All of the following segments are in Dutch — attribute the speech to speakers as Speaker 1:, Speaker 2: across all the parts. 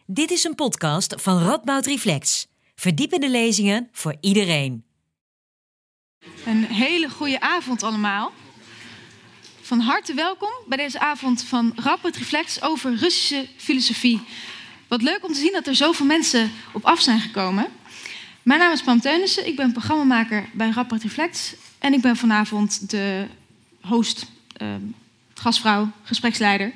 Speaker 1: Dit is een podcast van Radboud Reflex. Verdiepende lezingen voor iedereen.
Speaker 2: Een hele goede avond allemaal. Van harte welkom bij deze avond van Radboud Reflex over Russische filosofie. Wat leuk om te zien dat er zoveel mensen op af zijn gekomen. Mijn naam is Pam Teunissen, ik ben programmamaker bij Radboud Reflex. En ik ben vanavond de host, gastvrouw, gespreksleider.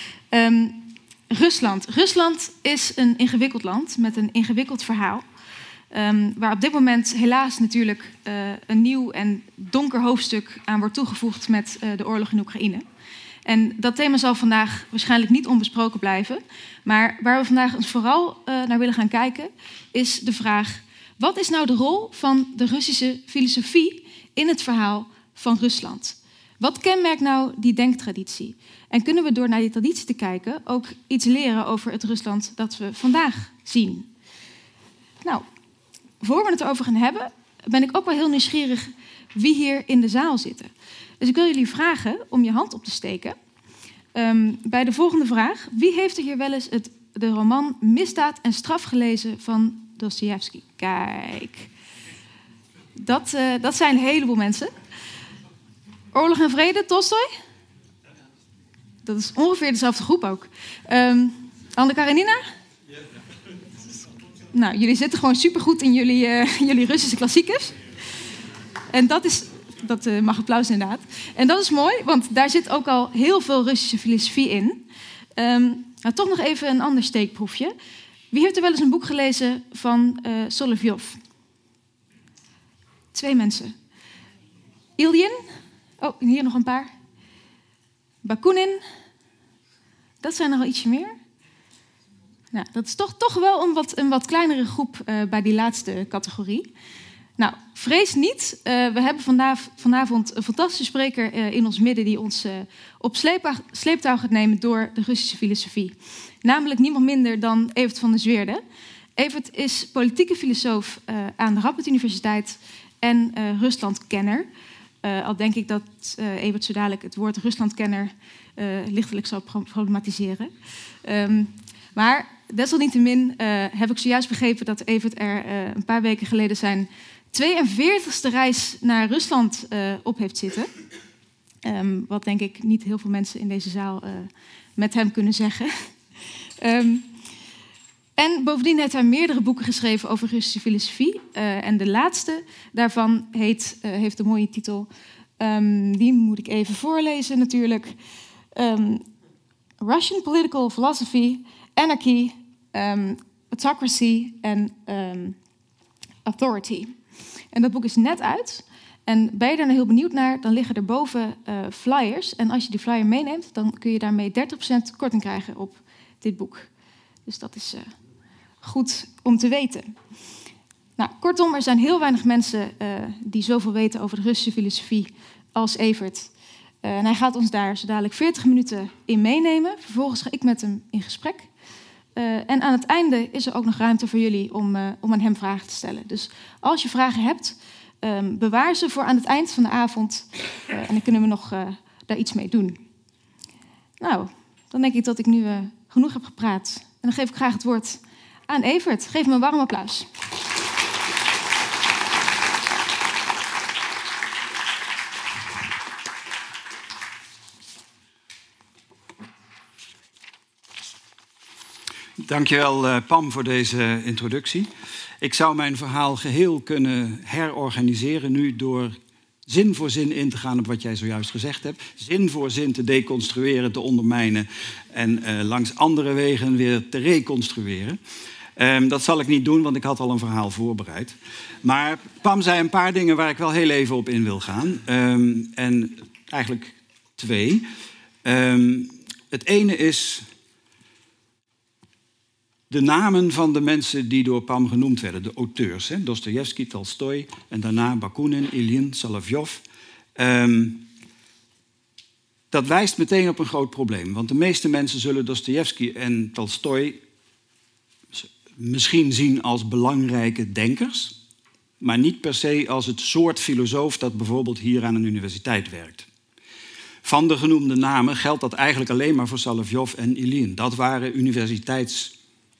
Speaker 2: Rusland is een ingewikkeld land met een ingewikkeld verhaal. Waar op dit moment helaas natuurlijk een nieuw en donker hoofdstuk aan wordt toegevoegd met de oorlog in Oekraïne. En dat thema zal vandaag waarschijnlijk niet onbesproken blijven. Maar waar we vandaag ons vooral naar willen gaan kijken, is de vraag: wat is nou de rol van de Russische filosofie in het verhaal van Rusland? Wat kenmerkt nou die denktraditie? En kunnen we door naar die traditie te kijken ook iets leren over het Rusland dat we vandaag zien? Nou, voor we het erover gaan hebben, ben ik ook wel heel nieuwsgierig wie hier in de zaal zitten. Dus ik wil jullie vragen om je hand op te steken bij de volgende vraag. Wie heeft er hier wel eens de roman Misdaad en Straf gelezen van Dostojevski? Kijk, dat zijn een heleboel mensen. Oorlog en Vrede, Tolstoj? Dat is ongeveer dezelfde groep ook. Anne Karenina? Nou, jullie zitten gewoon supergoed in jullie Russische klassiekers. En dat mag applaus inderdaad. En dat is mooi, want daar zit ook al heel veel Russische filosofie in. Nou, toch nog even een ander steekproefje. Wie heeft er wel eens een boek gelezen van Solovjov? 2 mensen. Ilyin? Oh, en hier nog een paar. Bakunin. Dat zijn er al ietsje meer. Nou, dat is toch wel een wat kleinere groep bij die laatste categorie. Nou, vrees niet. We hebben vanavond een fantastische spreker in ons midden die ons op sleeptouw gaat nemen door de Russische filosofie. Namelijk niemand minder dan Evert van der Zweerde. Evert is politieke filosoof aan de Radboud Universiteit en Ruslandkenner. Al denk ik dat Evert zo dadelijk het woord Ruslandkenner lichtelijk zal problematiseren. Maar desalniettemin heb ik zojuist begrepen dat Evert er een paar weken geleden zijn 42e reis naar Rusland op heeft zitten. Wat denk ik niet heel veel mensen in deze zaal met hem kunnen zeggen. En bovendien heeft hij meerdere boeken geschreven over Russische filosofie. En de laatste daarvan heeft de mooie titel. Die moet ik even voorlezen natuurlijk. Russian Political Philosophy, Anarchy, Autocracy en Authority. En dat boek is net uit. En ben je daar nou heel benieuwd naar, dan liggen er boven flyers. En als je die flyer meeneemt, dan kun je daarmee 30% korting krijgen op dit boek. Dus dat is goed om te weten. Nou, kortom, er zijn heel weinig mensen die zoveel weten over de Russische filosofie als Evert. En hij gaat ons daar zo dadelijk 40 minuten in meenemen. Vervolgens ga ik met hem in gesprek. En aan het einde is er ook nog ruimte voor jullie om aan hem vragen te stellen. Dus als je vragen hebt, bewaar ze voor aan het eind van de avond. En dan kunnen we nog daar iets mee doen. Nou, dan denk ik dat ik nu genoeg heb gepraat. En dan geef ik graag het woord aan Evert. Geef hem een warm applaus.
Speaker 3: Dankjewel Pam voor deze introductie. Ik zou mijn verhaal geheel kunnen herorganiseren nu door zin voor zin in te gaan op wat jij zojuist gezegd hebt. Zin voor zin te deconstrueren, te ondermijnen en langs andere wegen weer te reconstrueren. Dat zal ik niet doen, want ik had al een verhaal voorbereid. Maar Pam zei een paar dingen waar ik wel heel even op in wil gaan. En eigenlijk 2. Het ene is de namen van de mensen die door Pam genoemd werden, de auteurs. Dostojevski, Tolstoj en daarna Bakunin, Ilyin, Solovjov. Dat wijst meteen op een groot probleem. Want de meeste mensen zullen Dostojevski en Tolstoj misschien zien als belangrijke denkers, maar niet per se als het soort filosoof dat bijvoorbeeld hier aan een universiteit werkt. Van de genoemde namen geldt dat eigenlijk alleen maar voor Solovjov en Ilyin. Dat waren universiteitsfiguren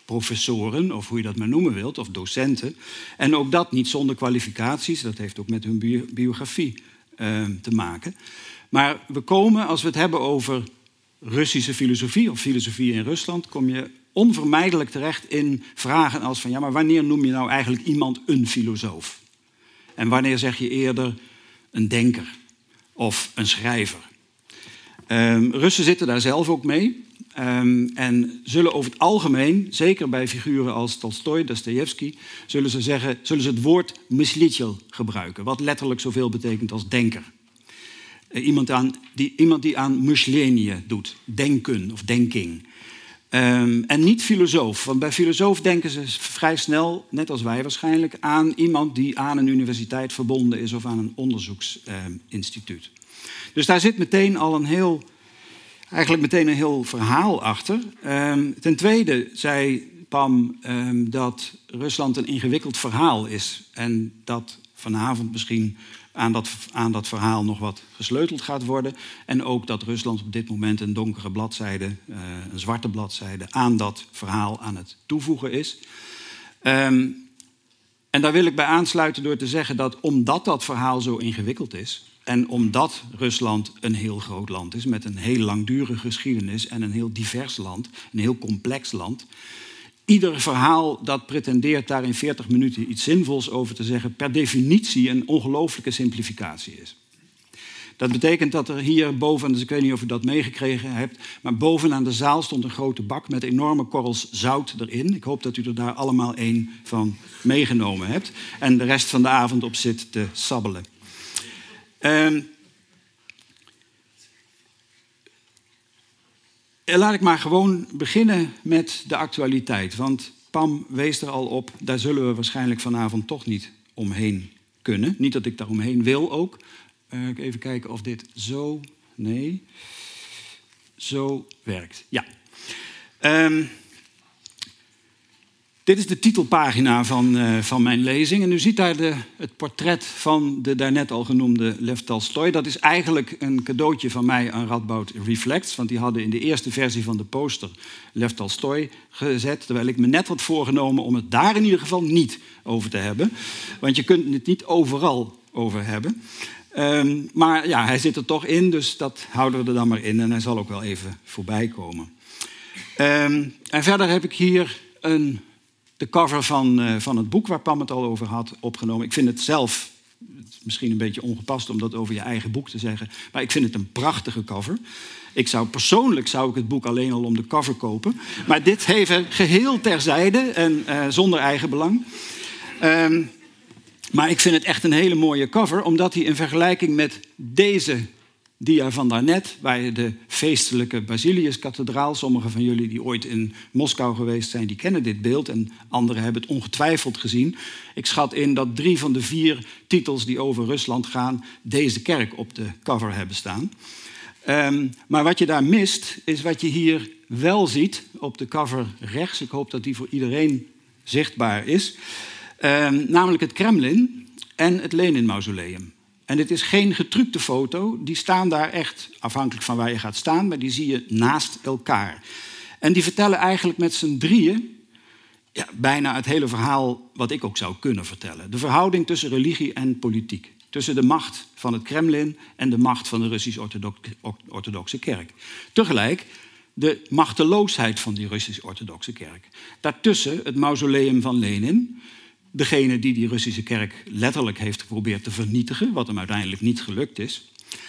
Speaker 3: professoren, of hoe je dat maar noemen wilt, of docenten. En ook dat niet zonder kwalificaties, dat heeft ook met hun biografie te maken. Maar we komen, als we het hebben over Russische filosofie of filosofie in Rusland, kom je onvermijdelijk terecht in vragen als van, ja, maar wanneer noem je nou eigenlijk iemand een filosoof? En wanneer zeg je eerder een denker of een schrijver? Russen zitten daar zelf ook mee en zullen over het algemeen, zeker bij figuren als Tolstoj, Dostojevski, zullen ze het woord myslitelj gebruiken, wat letterlijk zoveel betekent als denker. Iemand die aan myšlenie doet, denken of denking. En niet filosoof, want bij filosoof denken ze vrij snel, net als wij waarschijnlijk, aan iemand die aan een universiteit verbonden is of aan een onderzoeksinstituut. Dus daar zit meteen al een heel verhaal achter. Ten tweede zei Pam dat Rusland een ingewikkeld verhaal is en dat vanavond misschien aan dat verhaal nog wat gesleuteld gaat worden. En ook dat Rusland op dit moment een donkere bladzijde, een zwarte bladzijde, aan dat verhaal aan het toevoegen is. En daar wil ik bij aansluiten door te zeggen dat omdat dat verhaal zo ingewikkeld is, en omdat Rusland een heel groot land is met een heel langdurige geschiedenis en een heel divers land, een heel complex land, ieder verhaal dat pretendeert daar in 40 minuten iets zinvols over te zeggen, per definitie een ongelooflijke simplificatie is. Dat betekent dat er hier boven, dus ik weet niet of u dat meegekregen hebt, maar bovenaan de zaal stond een grote bak met enorme korrels zout erin. Ik hoop dat u er daar allemaal één van meegenomen hebt en de rest van de avond op zit te sabbelen. Laat ik maar gewoon beginnen met de actualiteit. Want Pam wees er al op, daar zullen we waarschijnlijk vanavond toch niet omheen kunnen. Niet dat ik daar omheen wil ook. Even kijken of dit zo werkt. Ja. Dit is de titelpagina van mijn lezing. En u ziet daar het portret van de daarnet al genoemde Lev Tolstoj. Dat is eigenlijk een cadeautje van mij aan Radboud Reflects. Want die hadden in de eerste versie van de poster Lev Tolstoj gezet. Terwijl ik me net had voorgenomen om het daar in ieder geval niet over te hebben. Want je kunt het niet overal over hebben. Maar ja, hij zit er toch in, dus dat houden we er dan maar in. En hij zal ook wel even voorbij komen. En verder heb ik hier de cover van het boek waar Pam het al over had opgenomen. Ik vind het zelf misschien een beetje ongepast om dat over je eigen boek te zeggen. Maar ik vind het een prachtige cover. Persoonlijk zou ik het boek alleen al om de cover kopen. Maar dit even geheel terzijde en zonder eigen belang. Maar ik vind het echt een hele mooie cover, omdat hij in vergelijking met deze dia van daarnet, waar je de feestelijke Basiliuskathedraal, sommigen van jullie die ooit in Moskou geweest zijn, die kennen dit beeld en anderen hebben het ongetwijfeld gezien. Ik schat in dat 3 van de 4 titels die over Rusland gaan, deze kerk op de cover hebben staan. Maar wat je daar mist, is wat je hier wel ziet op de cover rechts. Ik hoop dat die voor iedereen zichtbaar is. Namelijk het Kremlin en het Lenin-mausoleum. En dit is geen getrukte foto, die staan daar echt, afhankelijk van waar je gaat staan, maar die zie je naast elkaar. En die vertellen eigenlijk met z'n drieën bijna het hele verhaal wat ik ook zou kunnen vertellen. De verhouding tussen religie en politiek. Tussen de macht van het Kremlin en de macht van de Russisch-orthodoxe kerk. Tegelijk de machteloosheid van die Russisch-orthodoxe kerk. Daartussen het mausoleum van Lenin. Degene die Russische kerk letterlijk heeft geprobeerd te vernietigen, wat hem uiteindelijk niet gelukt is.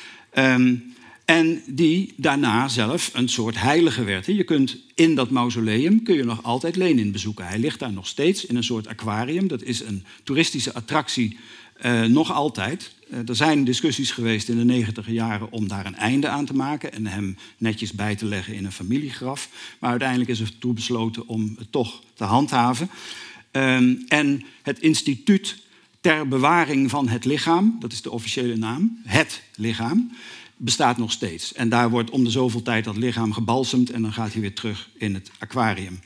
Speaker 3: En die daarna zelf een soort heilige werd. Je kunt in dat mausoleum kun je nog altijd Lenin bezoeken. Hij ligt daar nog steeds in een soort aquarium. Dat is een toeristische attractie nog altijd. Er zijn discussies geweest in de 90e jaren om daar een einde aan te maken en hem netjes bij te leggen in een familiegraf. Maar uiteindelijk is er toe besloten om het toch te handhaven. En het instituut ter bewaring van het lichaam, dat is de officiële naam, het lichaam, bestaat nog steeds. En daar wordt om de zoveel tijd dat lichaam gebalsemd en dan gaat hij weer terug in het aquarium.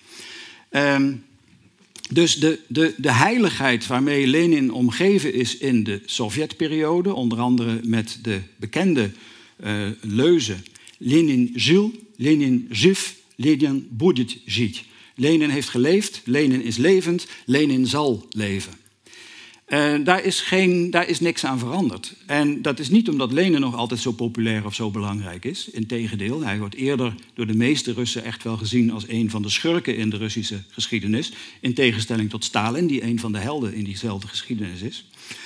Speaker 3: Dus de heiligheid waarmee Lenin omgeven is in de Sovjetperiode, onder andere met de bekende leuze Lenin жил, Lenin жив, Lenin будет жить. Lenin heeft geleefd, Lenin is levend, Lenin zal leven. Daar is niks aan veranderd. En dat is niet omdat Lenin nog altijd zo populair of zo belangrijk is. Integendeel, hij wordt eerder door de meeste Russen echt wel gezien als een van de schurken in de Russische geschiedenis. In tegenstelling tot Stalin, die een van de helden in diezelfde geschiedenis is.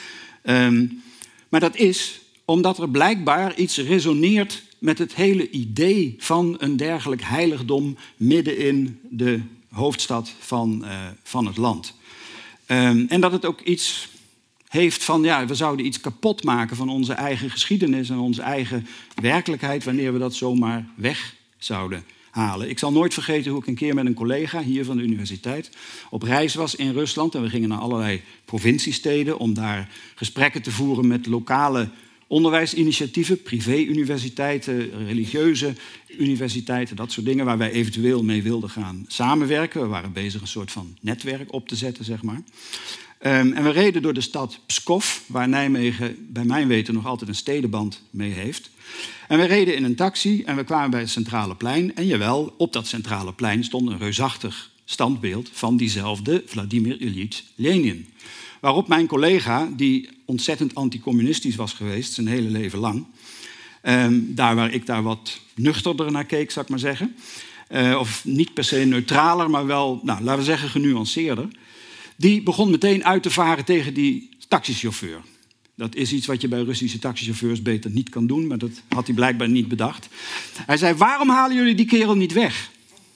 Speaker 3: Maar dat is omdat er blijkbaar iets resoneert met het hele idee van een dergelijk heiligdom midden in de hoofdstad van het land. En dat het ook iets heeft van, ja, we zouden iets kapot maken van onze eigen geschiedenis en onze eigen werkelijkheid wanneer we dat zomaar weg zouden halen. Ik zal nooit vergeten hoe ik een keer met een collega hier van de universiteit op reis was in Rusland. En we gingen naar allerlei provinciesteden om daar gesprekken te voeren met lokale onderwijsinitiatieven, privé-universiteiten, religieuze universiteiten, dat soort dingen waar wij eventueel mee wilden gaan samenwerken. We waren bezig een soort van netwerk op te zetten, zeg maar. En we reden door de stad Pskov, waar Nijmegen bij mijn weten nog altijd een stedenband mee heeft. En we reden in een taxi en we kwamen bij het Centrale Plein. En jawel, op dat Centrale Plein stond een reusachtig standbeeld van diezelfde Vladimir Ilyich Lenin. Waarop mijn collega, die ontzettend anticommunistisch was geweest, zijn hele leven lang, daar waar ik daar wat nuchterder naar keek, zou ik maar zeggen, of niet per se neutraler, maar wel, nou, laten we zeggen, genuanceerder, die begon meteen uit te varen tegen die taxichauffeur. Dat is iets wat je bij Russische taxichauffeurs beter niet kan doen, maar dat had hij blijkbaar niet bedacht. Hij zei, waarom halen jullie die kerel niet weg?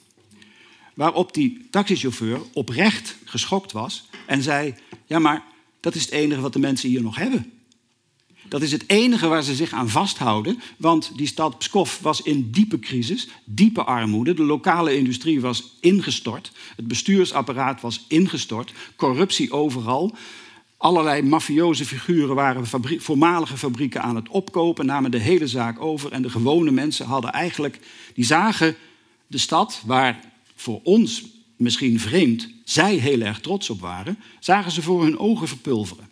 Speaker 3: Waarop die taxichauffeur oprecht geschokt was en zei, ja, maar dat is het enige wat de mensen hier nog hebben. Dat is het enige waar ze zich aan vasthouden, want die stad Pskov was in diepe crisis, diepe armoede. De lokale industrie was ingestort, het bestuursapparaat was ingestort, corruptie overal. Allerlei mafioze figuren waren voormalige fabrieken aan het opkopen, namen de hele zaak over en de gewone mensen hadden eigenlijk, die zagen de stad waar voor ons misschien vreemd zij heel erg trots op waren, zagen ze voor hun ogen verpulveren.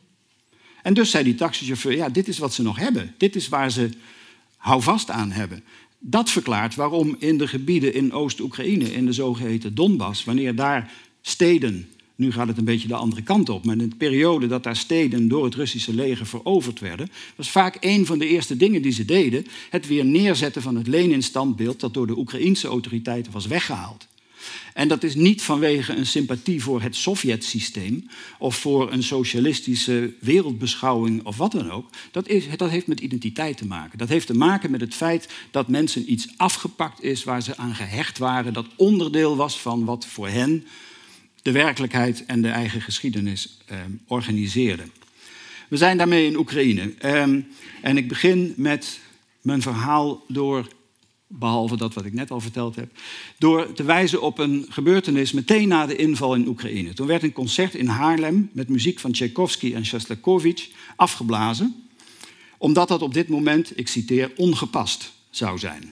Speaker 3: En dus zei die taxichauffeur, ja, dit is wat ze nog hebben. Dit is waar ze houvast aan hebben. Dat verklaart waarom in de gebieden in Oost-Oekraïne, in de zogeheten Donbass, wanneer daar steden, nu gaat het een beetje de andere kant op, maar in de periode dat daar steden door het Russische leger veroverd werden, was vaak een van de eerste dingen die ze deden, het weer neerzetten van het Lenin-standbeeld dat door de Oekraïense autoriteiten was weggehaald. En dat is niet vanwege een sympathie voor het Sovjet-systeem of voor een socialistische wereldbeschouwing of wat dan ook. Dat heeft met identiteit te maken. Dat heeft te maken met het feit dat mensen iets afgepakt is waar ze aan gehecht waren, dat onderdeel was van wat voor hen de werkelijkheid en de eigen geschiedenis organiseerde. We zijn daarmee in Oekraïne. En ik begin met mijn verhaal door, behalve dat wat ik net al verteld heb, door te wijzen op een gebeurtenis meteen na de inval in Oekraïne. Toen werd een concert in Haarlem met muziek van Tchaikovsky en Shostakovich afgeblazen, omdat dat op dit moment, ik citeer, ongepast zou zijn.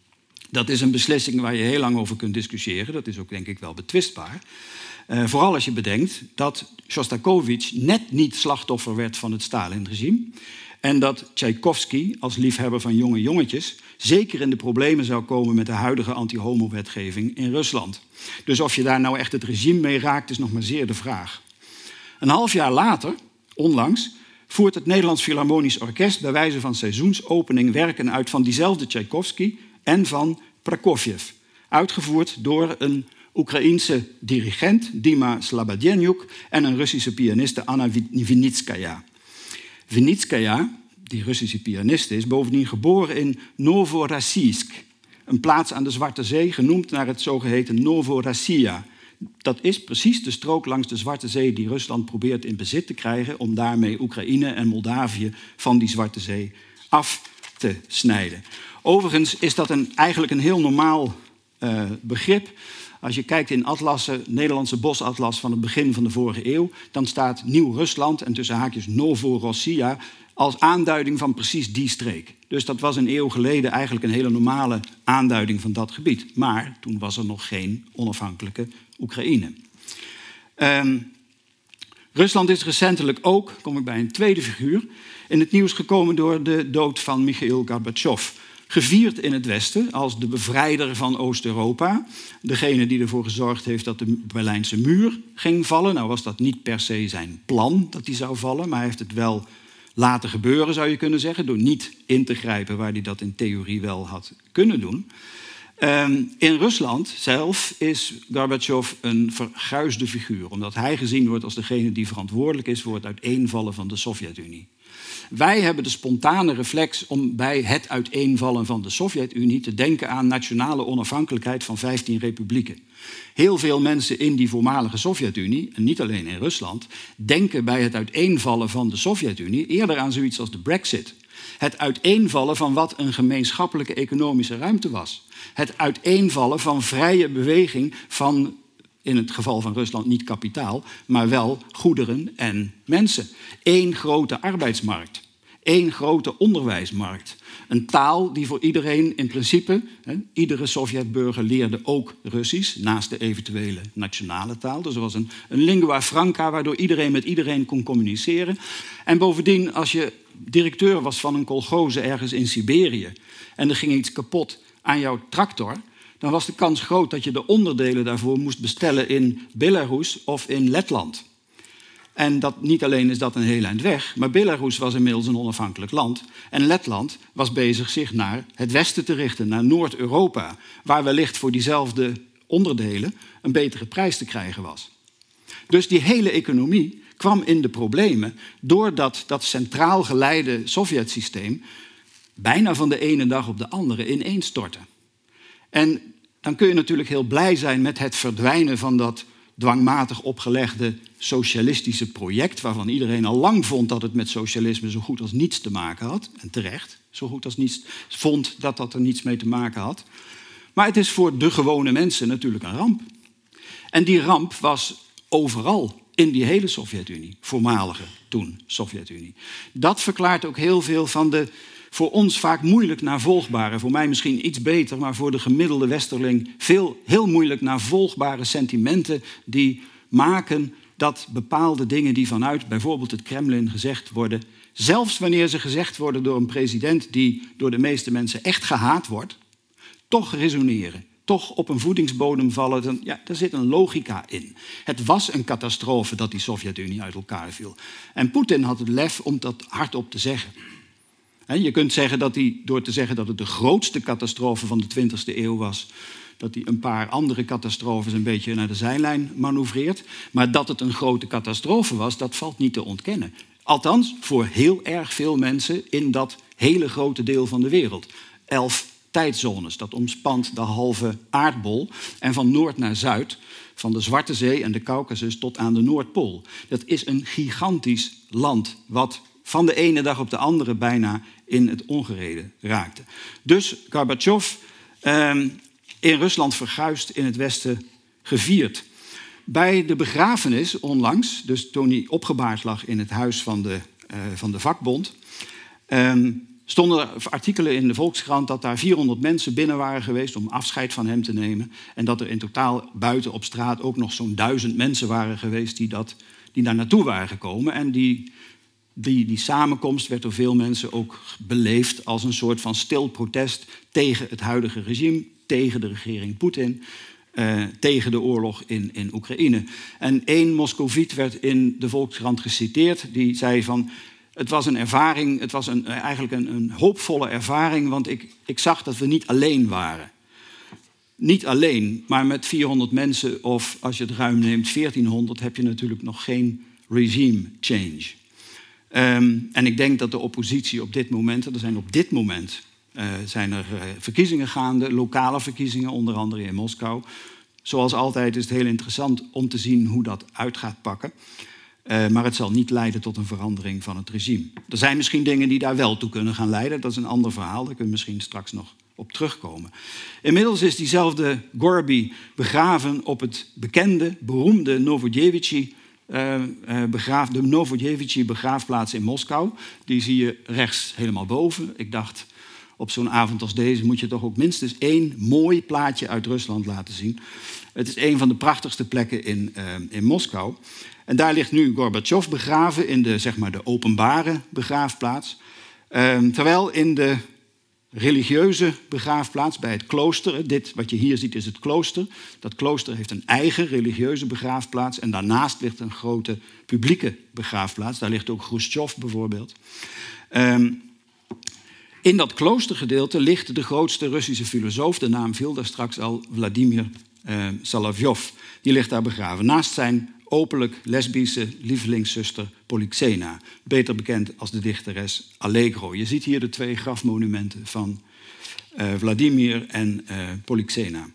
Speaker 3: Dat is een beslissing waar je heel lang over kunt discussiëren. Dat is ook denk ik wel betwistbaar. Vooral als je bedenkt dat Shostakovich net niet slachtoffer werd van het Stalin-regime. En dat Tchaikovsky als liefhebber van jonge jongetjes zeker in de problemen zou komen met de huidige anti-homo-wetgeving in Rusland. Dus of je daar nou echt het regime mee raakt, is nog maar zeer de vraag. Een half jaar later, onlangs, voert het Nederlands Philharmonisch Orkest bij wijze van seizoensopening werken uit van diezelfde Tchaikovsky en van Prokofjev. Uitgevoerd door een Oekraïense dirigent, Dima Slobodjenjuk, en een Russische pianiste, Anna Vinitskaya. Vinitskaya, die Russische pianiste, is bovendien geboren in Novorossiysk, een plaats aan de Zwarte Zee, genoemd naar het zogeheten Novorossiya. Dat is precies de strook langs de Zwarte Zee die Rusland probeert in bezit te krijgen om daarmee Oekraïne en Moldavië van die Zwarte Zee af te snijden. Overigens is dat eigenlijk een heel normaal begrip. Als je kijkt in atlassen, Nederlandse bosatlas van het begin van de vorige eeuw, dan staat Nieuw-Rusland en tussen haakjes Novorossiya als aanduiding van precies die streek. Dus dat was een eeuw geleden eigenlijk een hele normale aanduiding van dat gebied. Maar toen was er nog geen onafhankelijke Oekraïne. Rusland is recentelijk ook, kom ik bij een tweede figuur, in het nieuws gekomen door de dood van Michail Gorbachev. gevierd in het Westen als de bevrijder van Oost-Europa. Degene die ervoor gezorgd heeft dat de Berlijnse muur ging vallen. Nou was dat niet per se zijn plan dat die zou vallen, maar hij heeft het wel laten gebeuren, zou je kunnen zeggen, door niet in te grijpen waar hij dat in theorie wel had kunnen doen. In Rusland zelf is Gorbachev een verguisde figuur, omdat hij gezien wordt als degene die verantwoordelijk is voor het uiteenvallen van de Sovjet-Unie. Wij hebben de spontane reflex om bij het uiteenvallen van de Sovjet-Unie te denken aan nationale onafhankelijkheid van 15 republieken. Heel veel mensen in die voormalige Sovjet-Unie, en niet alleen in Rusland, denken bij het uiteenvallen van de Sovjet-Unie eerder aan zoiets als de Brexit. Het uiteenvallen van wat een gemeenschappelijke economische ruimte was. Het uiteenvallen van vrije beweging van, in het geval van Rusland niet kapitaal, maar wel goederen en mensen. Eén grote arbeidsmarkt. Eén grote onderwijsmarkt. Een taal die voor iedereen in principe, iedere Sovjetburger leerde ook Russisch, naast de eventuele nationale taal. Dus er was een lingua franca waardoor iedereen met iedereen kon communiceren. En bovendien, als je directeur was van een kolgoze ergens in Siberië en er ging iets kapot aan jouw tractor, dan was de kans groot dat je de onderdelen daarvoor moest bestellen in Belarus of in Letland. En dat, niet alleen is dat een heel eind weg, maar Belarus was inmiddels een onafhankelijk land. En Letland was bezig zich naar het westen te richten, naar Noord-Europa, waar wellicht voor diezelfde onderdelen een betere prijs te krijgen was. Dus die hele economie kwam in de problemen doordat dat centraal geleide Sovjetsysteem bijna van de ene dag op de andere ineenstortte. En dan kun je natuurlijk heel blij zijn met het verdwijnen van dat dwangmatig opgelegde socialistische project, waarvan iedereen al lang vond dat het met socialisme zo goed als niets te maken had. En terecht, zo goed als niets vond dat dat er niets mee te maken had. Maar het is voor de gewone mensen natuurlijk een ramp. En die ramp was overal in die hele Sovjet-Unie, voormalige toen Sovjet-Unie. Dat verklaart ook heel veel van de voor ons vaak moeilijk navolgbare, voor mij misschien iets beter, maar voor de gemiddelde westerling heel moeilijk navolgbare sentimenten die maken dat bepaalde dingen die vanuit bijvoorbeeld het Kremlin gezegd worden, zelfs wanneer ze gezegd worden door een president die door de meeste mensen echt gehaat wordt, toch resoneren, toch op een voedingsbodem vallen. Ja, daar zit een logica in. Het was een catastrofe dat die Sovjet-Unie uit elkaar viel. En Poetin had het lef om dat hardop te zeggen. Je kunt zeggen dat hij, door te zeggen dat het de grootste catastrofe van de 20e eeuw was, dat hij een paar andere catastrofes een beetje naar de zijlijn manoeuvreert. Maar dat het een grote catastrofe was, dat valt niet te ontkennen. Althans, voor heel erg veel mensen in dat hele grote deel van de wereld. 11 tijdzones, dat omspant de halve aardbol. En van noord naar zuid, van de Zwarte Zee en de Caucasus tot aan de Noordpool. Dat is een gigantisch land wat van de ene dag op de andere bijna in het ongereden raakte. Dus Gorbachev in Rusland verguisd, in het Westen gevierd. Bij de begrafenis onlangs, dus toen hij opgebaard lag in het huis van de vakbond, stonden er artikelen in de Volkskrant dat daar 400 mensen binnen waren geweest om afscheid van hem te nemen. En dat er in totaal buiten op straat ook nog zo'n 1000 mensen waren geweest die daar naartoe waren gekomen. En die samenkomst werd door veel mensen ook beleefd als een soort van stil protest tegen het huidige regime, tegen de regering Poetin, tegen de oorlog in Oekraïne. En één Moscoviet werd in de Volkskrant geciteerd, die zei van: het was een ervaring, het was eigenlijk een hoopvolle ervaring, want ik zag dat we niet alleen waren. Niet alleen, maar met 400 mensen, of als je het ruim neemt 1400, heb je natuurlijk nog geen regime change. En ik denk dat de oppositie op dit moment, zijn er verkiezingen gaande, lokale verkiezingen, onder andere in Moskou. Zoals altijd is het heel interessant om te zien hoe dat uit gaat pakken. Maar het zal niet leiden tot een verandering van het regime. Er zijn misschien dingen die daar wel toe kunnen gaan leiden. Dat is een ander verhaal, daar kunnen we misschien straks nog op terugkomen. Inmiddels is diezelfde Gorby begraven op het bekende, beroemde de Novodevichy begraafplaats in Moskou. Die zie je rechts helemaal boven. Ik dacht, op zo'n avond als deze moet je toch ook minstens één mooi plaatje uit Rusland laten zien. Het is een van de prachtigste plekken in Moskou. En daar ligt nu Gorbachev begraven in de openbare begraafplaats. Terwijl in de religieuze begraafplaats bij het klooster. Dit wat je hier ziet is het klooster. Dat klooster heeft een eigen religieuze begraafplaats. En daarnaast ligt een grote publieke begraafplaats. Daar ligt ook Khrushchev bijvoorbeeld. In dat kloostergedeelte ligt de grootste Russische filosoof. De naam viel daar straks al, Vladimir Solovjov. Die ligt daar begraven. Naast zijn openlijk lesbische lievelingszuster Polyxena. Beter bekend als de dichteres Allegro. Je ziet hier de 2 grafmonumenten van Vladimir en Polyxena.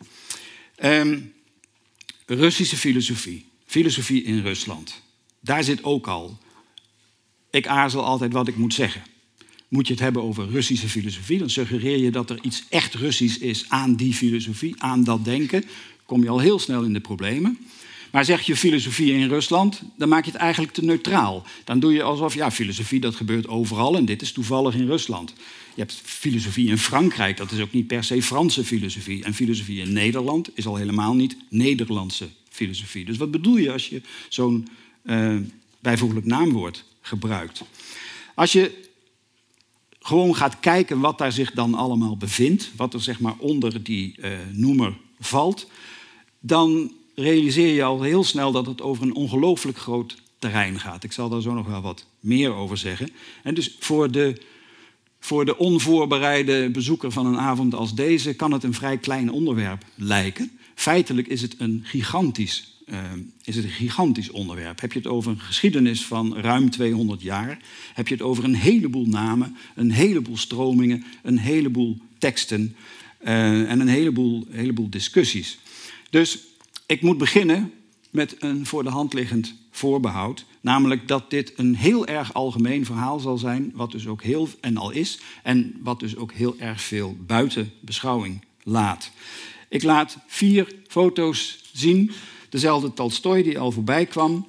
Speaker 3: Russische filosofie. Filosofie in Rusland. Daar zit ook al. Ik aarzel altijd wat ik moet zeggen. Moet je het hebben over Russische filosofie, dan suggereer je dat er iets echt Russisch is aan die filosofie, aan dat denken. Kom je al heel snel in de problemen. Maar zeg je filosofie in Rusland, dan maak je het eigenlijk te neutraal. Dan doe je alsof, ja, filosofie dat gebeurt overal en dit is toevallig in Rusland. Je hebt filosofie in Frankrijk, dat is ook niet per se Franse filosofie. En filosofie in Nederland is al helemaal niet Nederlandse filosofie. Dus wat bedoel je als je zo'n bijvoeglijk naamwoord gebruikt? Als je gewoon gaat kijken wat daar zich dan allemaal bevindt, wat er zeg maar onder die noemer valt, dan realiseer je al heel snel dat het over een ongelooflijk groot terrein gaat. Ik zal daar zo nog wel wat meer over zeggen. En dus voor de onvoorbereide bezoeker van een avond als deze kan het een vrij klein onderwerp lijken. Feitelijk is het een gigantisch onderwerp. Heb je het over een geschiedenis van ruim 200 jaar, heb je het over een heleboel namen, een heleboel stromingen, een heleboel teksten en een heleboel discussies. Dus ik moet beginnen met een voor de hand liggend voorbehoud. Namelijk dat dit een heel erg algemeen verhaal zal zijn, wat dus ook heel en al is, en wat dus ook heel erg veel buiten beschouwing laat. Ik laat 4 foto's zien. Dezelfde Tolstoj die al voorbij kwam.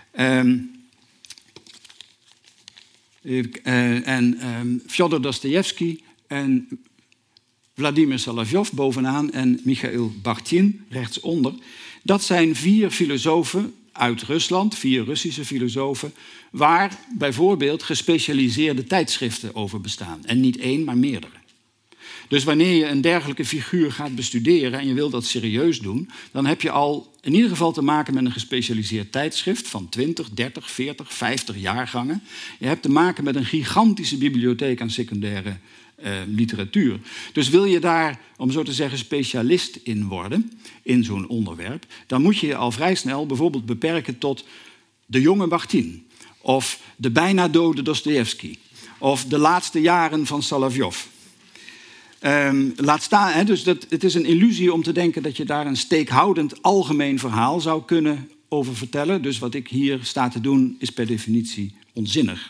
Speaker 3: Fjodor Dostojevski en Vladimir Solovjov bovenaan en Michail Bachtin rechtsonder. Dat zijn 4 filosofen uit Rusland, 4 Russische filosofen, waar bijvoorbeeld gespecialiseerde tijdschriften over bestaan. En niet 1, maar meerdere. Dus wanneer je een dergelijke figuur gaat bestuderen en je wilt dat serieus doen, dan heb je al in ieder geval te maken met een gespecialiseerd tijdschrift van 20, 30, 40, 50 jaargangen. Je hebt te maken met een gigantische bibliotheek aan secundaire literatuur. Dus wil je daar, om zo te zeggen, specialist in worden, in zo'n onderwerp, dan moet je je al vrij snel bijvoorbeeld beperken tot de jonge Bachtin, of de bijna dode Dostojevski, of de laatste jaren van Solovjov. Laat staan, dus het is een illusie om te denken dat je daar een steekhoudend algemeen verhaal zou kunnen over vertellen. Dus wat ik hier sta te doen is per definitie onzinnig.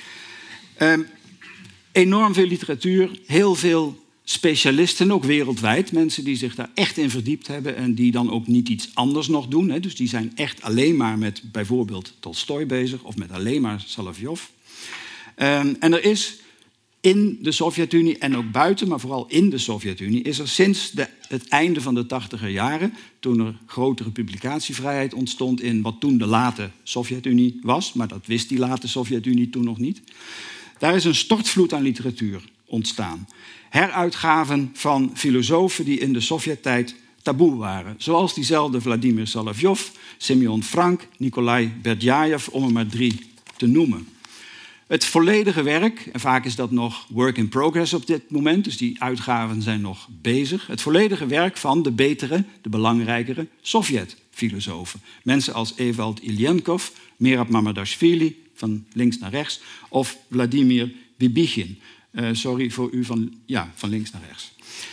Speaker 3: Enorm veel literatuur, heel veel specialisten, ook wereldwijd. Mensen die zich daar echt in verdiept hebben en die dan ook niet iets anders nog doen. Dus die zijn echt alleen maar met bijvoorbeeld Tolstoj bezig of met alleen maar Solovjov. En er is in de Sovjet-Unie en ook buiten, maar vooral in de Sovjet-Unie, is er sinds het einde van de 80er jaren, toen er grotere publicatievrijheid ontstond in wat toen de late Sovjet-Unie was, maar dat wist die late Sovjet-Unie toen nog niet, daar is een stortvloed aan literatuur ontstaan. Heruitgaven van filosofen die in de Sovjet-tijd taboe waren. Zoals diezelfde Vladimir Solovjov, Semyon Frank, Nikolai Berdjajev, om er maar 3 te noemen. Het volledige werk, en vaak is dat nog work in progress op dit moment, dus die uitgaven zijn nog bezig. Het volledige werk van de betere, de belangrijkere Sovjet-filosofen. Mensen als Ewald Ilienkov, Merab Mamardashvili, van links naar rechts, of Vladimir Bibichin. Sorry voor u van links naar rechts.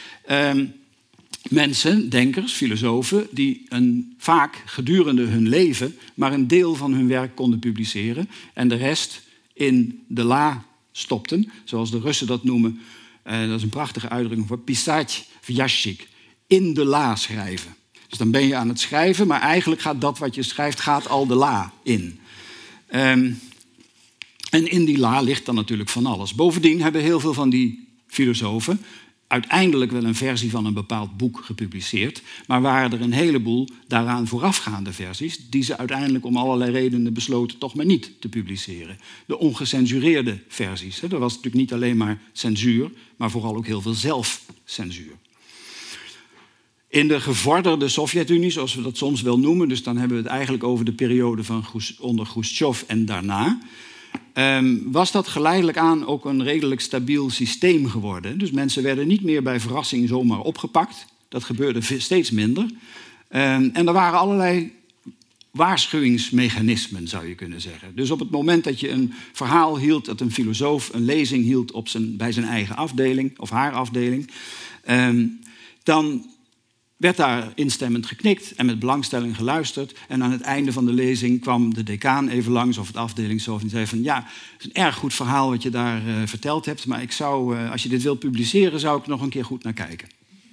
Speaker 3: Mensen, denkers, filosofen, die vaak gedurende hun leven maar een deel van hun werk konden publiceren en de rest in de la stopten, zoals de Russen dat noemen. Dat is een prachtige uitdrukking voor pisать v ящик, in de la schrijven. Dus dan ben je aan het schrijven, maar eigenlijk gaat dat wat je schrijft gaat al de la in. En in die la ligt dan natuurlijk van alles. Bovendien hebben heel veel van die filosofen uiteindelijk wel een versie van een bepaald boek gepubliceerd, maar waren er een heleboel daaraan voorafgaande versies die ze uiteindelijk om allerlei redenen besloten toch maar niet te publiceren. De ongecensureerde versies. Er was natuurlijk niet alleen maar censuur, maar vooral ook heel veel zelfcensuur. In de gevorderde Sovjet-Unie, zoals we dat soms wel noemen, dus dan hebben we het eigenlijk over de periode onder Khrushchev en daarna, was dat geleidelijk aan ook een redelijk stabiel systeem geworden. Dus mensen werden niet meer bij verrassing zomaar opgepakt. Dat gebeurde steeds minder. En er waren allerlei waarschuwingsmechanismen, zou je kunnen zeggen. Dus op het moment dat je een verhaal hield, dat een filosoof een lezing hield bij zijn eigen afdeling of haar afdeling, dan werd daar instemmend geknikt en met belangstelling geluisterd. En aan het einde van de lezing kwam de decaan even langs of het afdelingshoofd en zei van ja, het is een erg goed verhaal wat je daar verteld hebt, maar ik zou, als je dit wilt publiceren, zou ik er nog een keer goed naar kijken.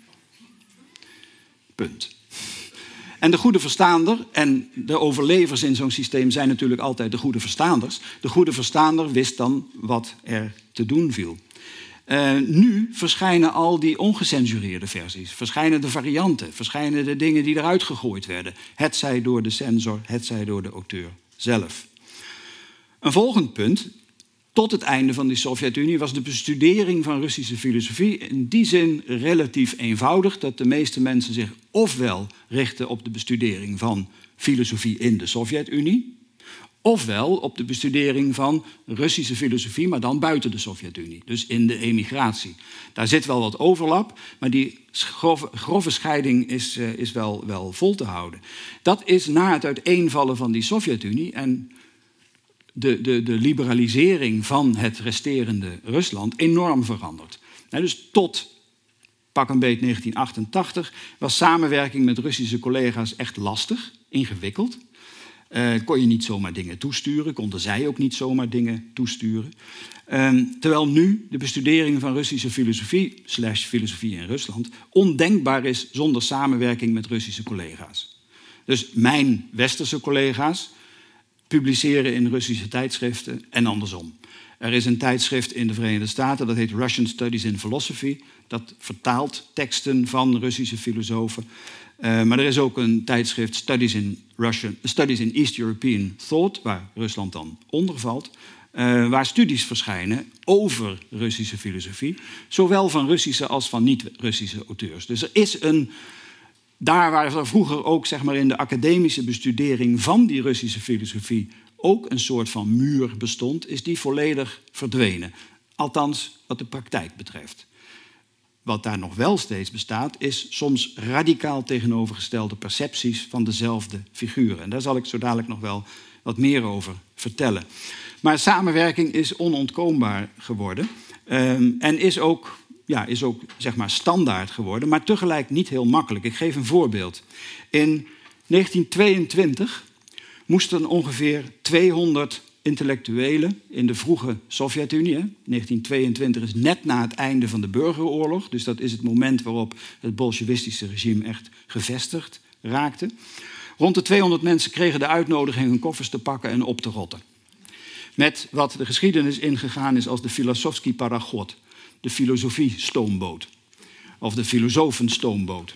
Speaker 3: Punt. En de goede verstaander en de overlevers in zo'n systeem zijn natuurlijk altijd de goede verstaanders. De goede verstaander wist dan wat er te doen viel. Nu verschijnen al die ongecensureerde versies, verschijnen de varianten, verschijnen de dingen die eruit gegooid werden. Hetzij door de censor, hetzij door de auteur zelf. Een volgend punt, tot het einde van de Sovjet-Unie was de bestudering van Russische filosofie in die zin relatief eenvoudig dat de meeste mensen zich ofwel richten op de bestudering van filosofie in de Sovjet-Unie, ofwel op de bestudering van Russische filosofie, maar dan buiten de Sovjet-Unie. Dus in de emigratie. Daar zit wel wat overlap, maar die grove scheiding is wel vol te houden. Dat is na het uiteenvallen van die Sovjet-Unie en de liberalisering van het resterende Rusland enorm veranderd. Dus tot pak een beet 1988 was samenwerking met Russische collega's echt lastig, ingewikkeld. Kon je niet zomaar dingen toesturen, konden zij ook niet zomaar dingen toesturen. Terwijl nu de bestudering van Russische filosofie, filosofie in Rusland, ondenkbaar is zonder samenwerking met Russische collega's. Dus mijn westerse collega's publiceren in Russische tijdschriften en andersom. Er is een tijdschrift in de Verenigde Staten, dat heet Russian Studies in Philosophy. Dat vertaalt teksten van Russische filosofen. Maar er is ook een tijdschrift Studies in East European Thought, waar Rusland dan onder valt, waar studies verschijnen over Russische filosofie, zowel van Russische als van niet-Russische auteurs. Dus er is daar waar er vroeger ook zeg maar, in de academische bestudering van die Russische filosofie ook een soort van muur bestond, is die volledig verdwenen. Althans, wat de praktijk betreft. Wat daar nog wel steeds bestaat, is soms radicaal tegenovergestelde percepties van dezelfde figuren. En daar zal ik zo dadelijk nog wel wat meer over vertellen. Maar samenwerking is onontkoombaar geworden en is ook zeg maar standaard geworden, maar tegelijk niet heel makkelijk. Ik geef een voorbeeld. In 1922 moesten ongeveer 200 intellectuelen in de vroege Sovjet-Unie. 1922 is net na het einde van de burgeroorlog, dus dat is het moment waarop het bolsjewistische regime echt gevestigd raakte. Rond de 200 mensen kregen de uitnodiging hun koffers te pakken en op te rotten. Met wat de geschiedenis ingegaan is als de Filosofsky Parachod, de filosofie-stoomboot, of de filosofenstoomboot.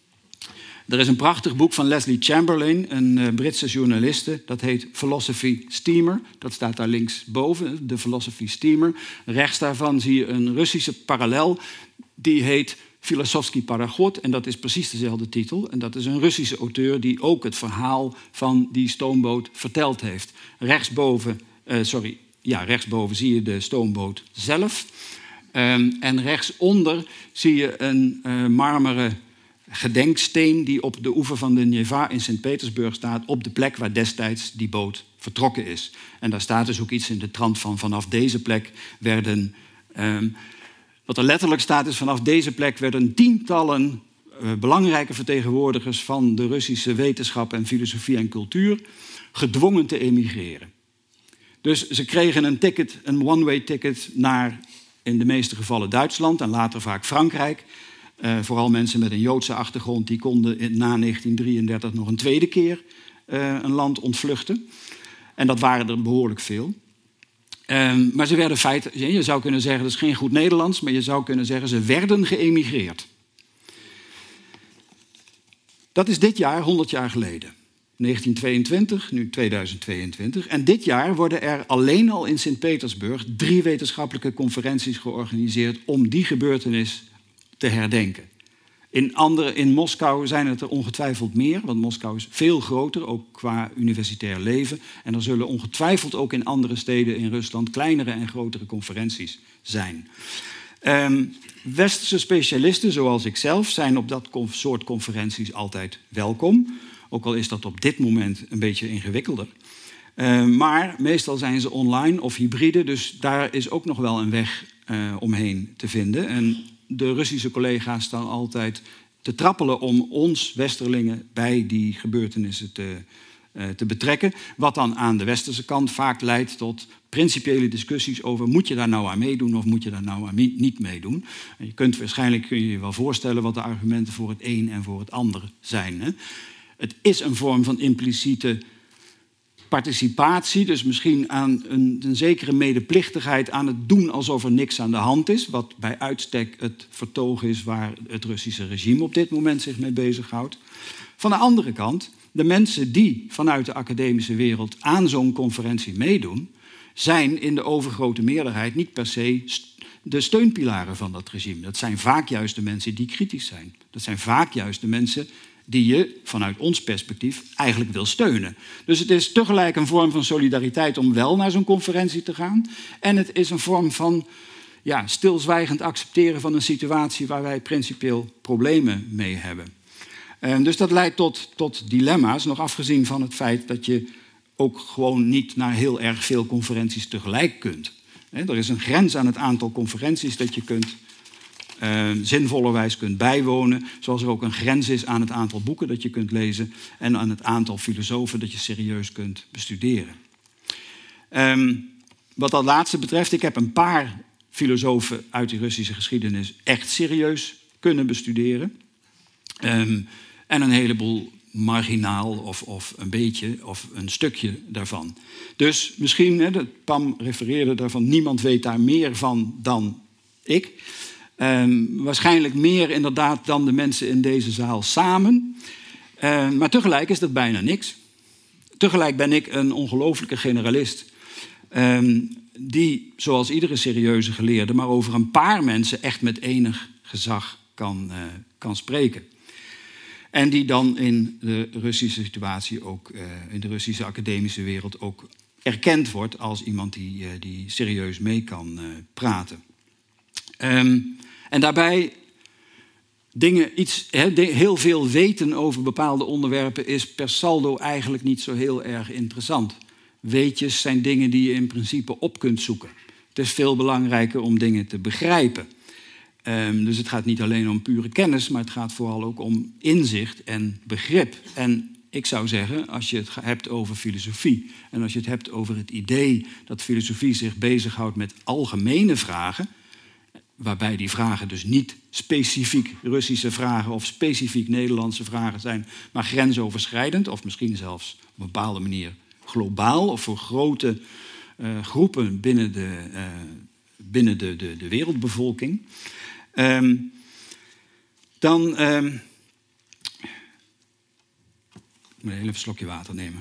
Speaker 3: Er is een prachtig boek van Leslie Chamberlain, een Britse journaliste. Dat heet Philosophy Steamer. Dat staat daar linksboven, de Philosophy Steamer. Rechts daarvan zie je een Russische parallel. Die heet Filosofsky Parachod. En dat is precies dezelfde titel. En dat is een Russische auteur die ook het verhaal van die stoomboot verteld heeft. Rechtsboven zie je de stoomboot zelf. En rechtsonder zie je een marmeren gedenksteen die op de oever van de Neva in Sint-Petersburg staat, op de plek waar destijds die boot vertrokken is. En daar staat dus ook iets in de trant van vanaf deze plek werden, wat er letterlijk staat is, vanaf deze plek werden tientallen belangrijke vertegenwoordigers van de Russische wetenschap en filosofie en cultuur gedwongen te emigreren. Dus ze kregen een one-way ticket naar, in de meeste gevallen Duitsland en later vaak Frankrijk. Vooral mensen met een Joodse achtergrond die konden na 1933 nog een tweede keer een land ontvluchten. En dat waren er behoorlijk veel. Maar ze werden feitelijk, je zou kunnen zeggen, dat is geen goed Nederlands, maar je zou kunnen zeggen, ze werden geëmigreerd. Dat is dit jaar 100 jaar geleden. 1922, nu 2022. En dit jaar worden er alleen al in Sint-Petersburg 3 wetenschappelijke conferenties georganiseerd om die gebeurtenis te herdenken. In Moskou zijn het er ongetwijfeld meer, want Moskou is veel groter, ook qua universitair leven. En er zullen ongetwijfeld ook in andere steden in Rusland kleinere en grotere conferenties zijn. Westerse specialisten, zoals ik zelf, zijn op dat soort conferenties altijd welkom. Ook al is dat op dit moment een beetje ingewikkelder. Maar meestal zijn ze online of hybride, dus daar is ook nog wel een weg omheen te vinden. En de Russische collega's staan altijd te trappelen om ons Westerlingen bij die gebeurtenissen te betrekken. Wat dan aan de westerse kant vaak leidt tot principiële discussies over moet je daar nou aan meedoen of moet je daar nou aan niet meedoen. En waarschijnlijk kun je je wel voorstellen wat de argumenten voor het een en voor het ander zijn. Hè? Het is een vorm van impliciete participatie, dus misschien aan een zekere medeplichtigheid aan het doen alsof er niks aan de hand is, wat bij uitstek het vertoog is waar het Russische regime op dit moment zich mee bezighoudt. Van de andere kant, de mensen die vanuit de academische wereld aan zo'n conferentie meedoen, zijn in de overgrote meerderheid niet per se de steunpilaren van dat regime. Dat zijn vaak juist de mensen die kritisch zijn. Dat zijn vaak juist de mensen die je vanuit ons perspectief eigenlijk wil steunen. Dus het is tegelijk een vorm van solidariteit om wel naar zo'n conferentie te gaan. En het is een vorm van stilzwijgend accepteren van een situatie waar wij principieel problemen mee hebben. Dus dat leidt tot dilemma's, nog afgezien van het feit dat je ook gewoon niet naar heel erg veel conferenties tegelijk kunt. Er is een grens aan het aantal conferenties dat je kunt zinvollerwijs kunt bijwonen, zoals er ook een grens is aan het aantal boeken dat je kunt lezen en aan het aantal filosofen dat je serieus kunt bestuderen. Wat dat laatste betreft, ik heb een paar filosofen uit de Russische geschiedenis echt serieus kunnen bestuderen. En een heleboel marginaal of een beetje of een stukje daarvan. Dus misschien, Pam refereerde daarvan, niemand weet daar meer van dan ik. Waarschijnlijk meer inderdaad dan de mensen in deze zaal samen. Maar tegelijk is dat bijna niks. Tegelijk ben ik een ongelofelijke generalist. Die, zoals iedere serieuze geleerde, maar over een paar mensen echt met enig gezag kan spreken. En die dan in de Russische situatie ook, in de Russische academische wereld ook erkend wordt als iemand die serieus mee kan praten. En daarbij heel veel weten over bepaalde onderwerpen is per saldo eigenlijk niet zo heel erg interessant. Weetjes zijn dingen die je in principe op kunt zoeken. Het is veel belangrijker om dingen te begrijpen. Dus het gaat niet alleen om pure kennis, maar het gaat vooral ook om inzicht en begrip. En ik zou zeggen, als je het hebt over filosofie en als je het hebt over het idee dat filosofie zich bezighoudt met algemene vragen, waarbij die vragen dus niet specifiek Russische vragen of specifiek Nederlandse vragen zijn, maar grensoverschrijdend of misschien zelfs op een bepaalde manier globaal of voor grote groepen binnen de wereldbevolking. Dan ik moet even een slokje water nemen.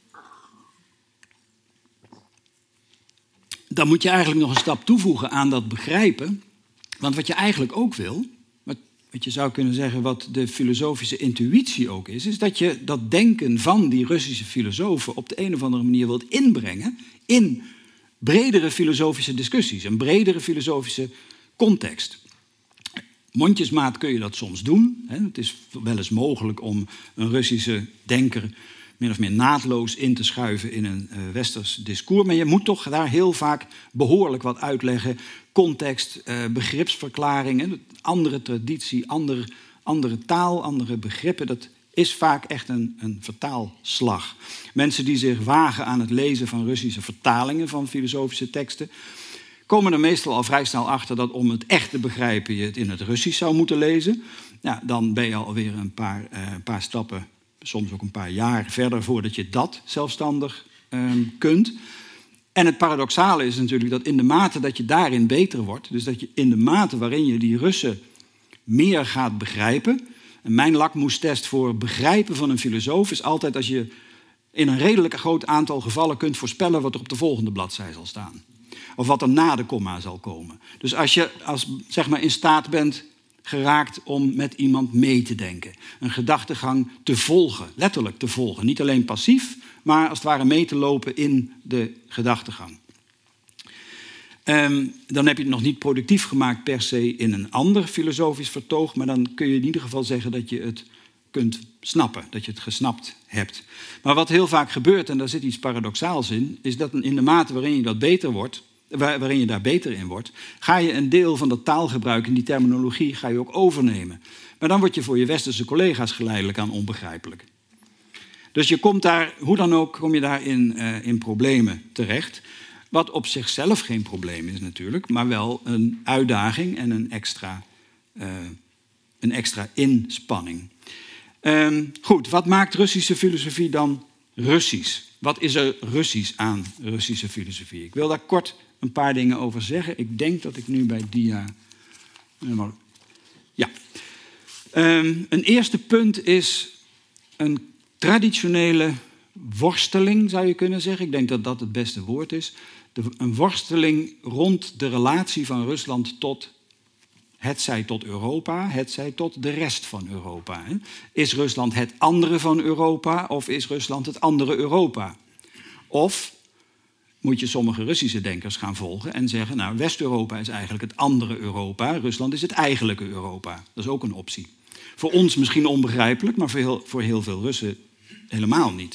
Speaker 3: Dan moet je eigenlijk nog een stap toevoegen aan dat begrijpen. Want wat je eigenlijk ook wil, wat je zou kunnen zeggen wat de filosofische intuïtie ook is dat je dat denken van die Russische filosofen op de een of andere manier wilt inbrengen in bredere filosofische discussies, een bredere filosofische context. Mondjesmaat kun je dat soms doen. Het is wel eens mogelijk om een Russische denker min of meer naadloos in te schuiven in een westers discours. Maar je moet toch daar heel vaak behoorlijk wat uitleggen. Context, begripsverklaringen, andere traditie, andere taal, andere begrippen. Dat is vaak echt een vertaalslag. Mensen die zich wagen aan het lezen van Russische vertalingen van filosofische teksten komen er meestal al vrij snel achter dat om het echt te begrijpen je het in het Russisch zou moeten lezen. Ja, dan ben je alweer een paar stappen, soms ook een paar jaar verder voordat je dat zelfstandig kunt. En het paradoxale is natuurlijk dat in de mate dat je daarin beter wordt, dus dat je in de mate waarin je die Russen meer gaat begrijpen. En mijn lakmoestest voor begrijpen van een filosoof is altijd als je in een redelijk groot aantal gevallen kunt voorspellen wat er op de volgende bladzij zal staan. Of wat er na de komma zal komen. Dus als je zeg maar in staat bent geraakt om met iemand mee te denken. Een gedachtegang te volgen, letterlijk te volgen. Niet alleen passief, maar als het ware mee te lopen in de gedachtegang. Dan heb je het nog niet productief gemaakt per se in een ander filosofisch vertoog, maar dan kun je in ieder geval zeggen dat je het kunt snappen, dat je het gesnapt hebt. Maar wat heel vaak gebeurt, en daar zit iets paradoxaals in, is dat in de mate waarin je dat beter wordt, waarin je daar beter in wordt, ga je een deel van dat taalgebruik en die terminologie ga je ook overnemen. Maar dan word je voor je westerse collega's geleidelijk aan onbegrijpelijk. Dus je komt daar, hoe dan ook, kom je daar in problemen terecht. Wat op zichzelf geen probleem is natuurlijk, maar wel een uitdaging en een extra inspanning. Goed, wat maakt Russische filosofie dan Russisch? Wat is er Russisch aan Russische filosofie? Ik wil daar kort een paar dingen over zeggen. Ik denk dat ik nu bij dia... Ja. Een eerste punt is een traditionele worsteling, zou je kunnen zeggen. Ik denk dat dat het beste woord is. Een worsteling rond de relatie van Rusland tot, hetzij tot Europa, hetzij tot de rest van Europa. Is Rusland het andere van Europa of is Rusland het andere Europa? Of moet je sommige Russische denkers gaan volgen en zeggen, nou, West-Europa is eigenlijk het andere Europa, Rusland is het eigenlijke Europa. Dat is ook een optie. Voor ons misschien onbegrijpelijk, maar voor heel veel Russen helemaal niet.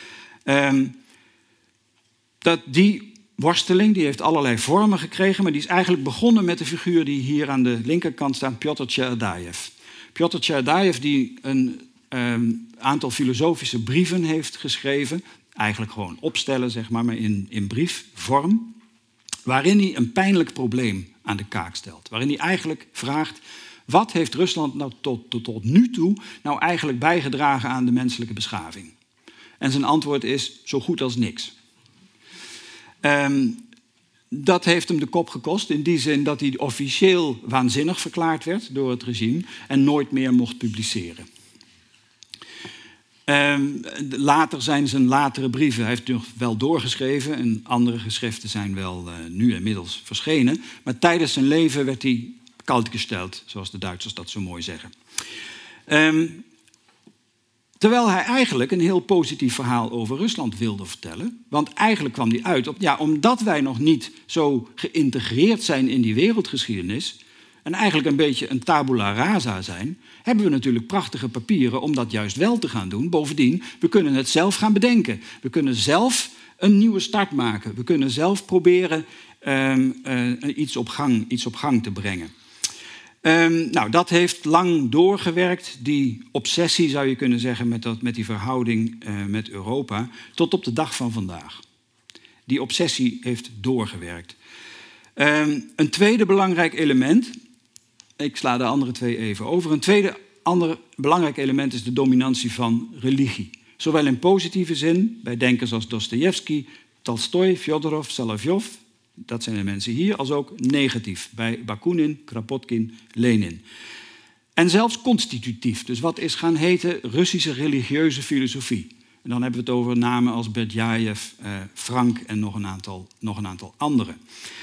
Speaker 3: Die worsteling die heeft allerlei vormen gekregen, maar die is eigenlijk begonnen met de figuur die hier aan de linkerkant staat, Pjotr Tjerndajev. Pjotr Tjerndajev die een aantal filosofische brieven heeft geschreven, eigenlijk gewoon opstellen, zeg maar in briefvorm, waarin hij een pijnlijk probleem aan de kaak stelt. Waarin hij eigenlijk vraagt, wat heeft Rusland nou tot nu toe nou eigenlijk bijgedragen aan de menselijke beschaving? En zijn antwoord is, zo goed als niks. Dat heeft hem de kop gekost, in die zin dat hij officieel waanzinnig verklaard werd door het regime en nooit meer mocht publiceren. Later zijn zijn latere brieven, hij heeft nog wel doorgeschreven en andere geschriften zijn wel nu inmiddels verschenen. Maar tijdens zijn leven werd hij kaltgesteld, zoals de Duitsers dat zo mooi zeggen. Terwijl hij eigenlijk een heel positief verhaal over Rusland wilde vertellen. Want eigenlijk kwam hij uit op, ja, omdat wij nog niet zo geïntegreerd zijn in die wereldgeschiedenis en eigenlijk een beetje een tabula rasa zijn, hebben we natuurlijk prachtige papieren om dat juist wel te gaan doen. Bovendien, we kunnen het zelf gaan bedenken. We kunnen zelf een nieuwe start maken. We kunnen zelf proberen iets op gang te brengen. Nou, dat heeft lang doorgewerkt, die obsessie zou je kunnen zeggen met die verhouding met Europa, tot op de dag van vandaag. Die obsessie heeft doorgewerkt. Een tweede belangrijk element, ik sla de andere twee even over, ander belangrijk element is de dominantie van religie. Zowel in positieve zin, bij denkers als Dostojevski, Tolstoj, Fjodorov, Solovjov, dat zijn de mensen hier, als ook negatief, bij Bakunin, Kropotkin, Lenin. En zelfs constitutief, dus wat is gaan heten Russische religieuze filosofie. En dan hebben we het over namen als Berdjajev, Frank en nog een aantal anderen.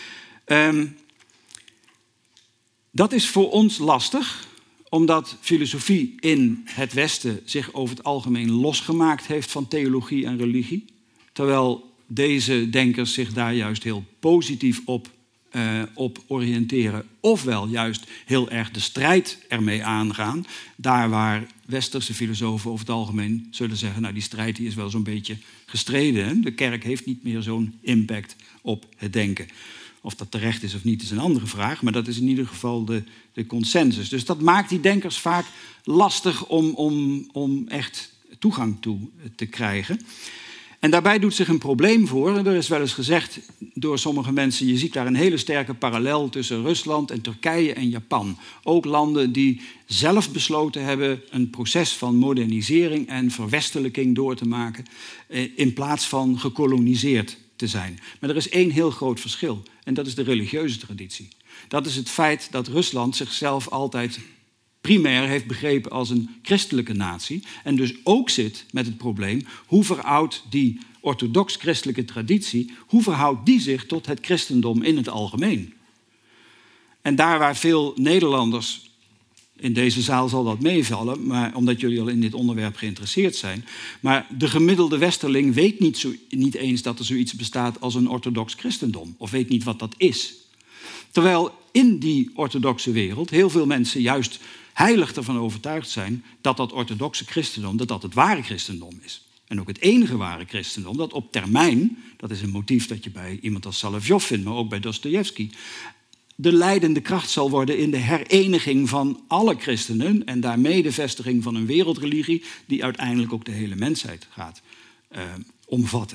Speaker 3: Dat is voor ons lastig, omdat filosofie in het Westen zich over het algemeen losgemaakt heeft van theologie en religie. Terwijl deze denkers zich daar juist heel positief op oriënteren. Ofwel juist heel erg de strijd ermee aangaan. Daar waar westerse filosofen over het algemeen zullen zeggen, nou, die strijd die is wel zo'n beetje gestreden. Hè? De kerk heeft niet meer zo'n impact op het denken. Of dat terecht is of niet is een andere vraag, maar dat is in ieder geval de consensus. Dus dat maakt die denkers vaak lastig om echt toegang toe te krijgen. En daarbij doet zich een probleem voor. En er is wel eens gezegd door sommige mensen, je ziet daar een hele sterke parallel tussen Rusland en Turkije en Japan. Ook landen die zelf besloten hebben een proces van modernisering en verwestelijking door te maken, in plaats van gekoloniseerd te zijn. Maar er is één heel groot verschil. En dat is de religieuze traditie. Dat is het feit dat Rusland zichzelf altijd primair heeft begrepen als een christelijke natie. En dus ook zit met het probleem, hoe verhoudt die orthodox-christelijke traditie, hoe verhoudt die zich tot het christendom in het algemeen? En daar waar veel Nederlanders, in deze zaal zal dat meevallen, maar omdat jullie al in dit onderwerp geïnteresseerd zijn, maar de gemiddelde westerling weet niet eens dat er zoiets bestaat als een orthodox christendom, of weet niet wat dat is. Terwijl in die orthodoxe wereld heel veel mensen juist heilig ervan overtuigd zijn dat dat orthodoxe christendom, dat het ware christendom is. En ook het enige ware christendom, dat op termijn, dat is een motief dat je bij iemand als Salovjov vindt, maar ook bij Dostojevski, de leidende kracht zal worden in de hereniging van alle christenen en daarmee de vestiging van een wereldreligie die uiteindelijk ook de hele mensheid gaat omvatten.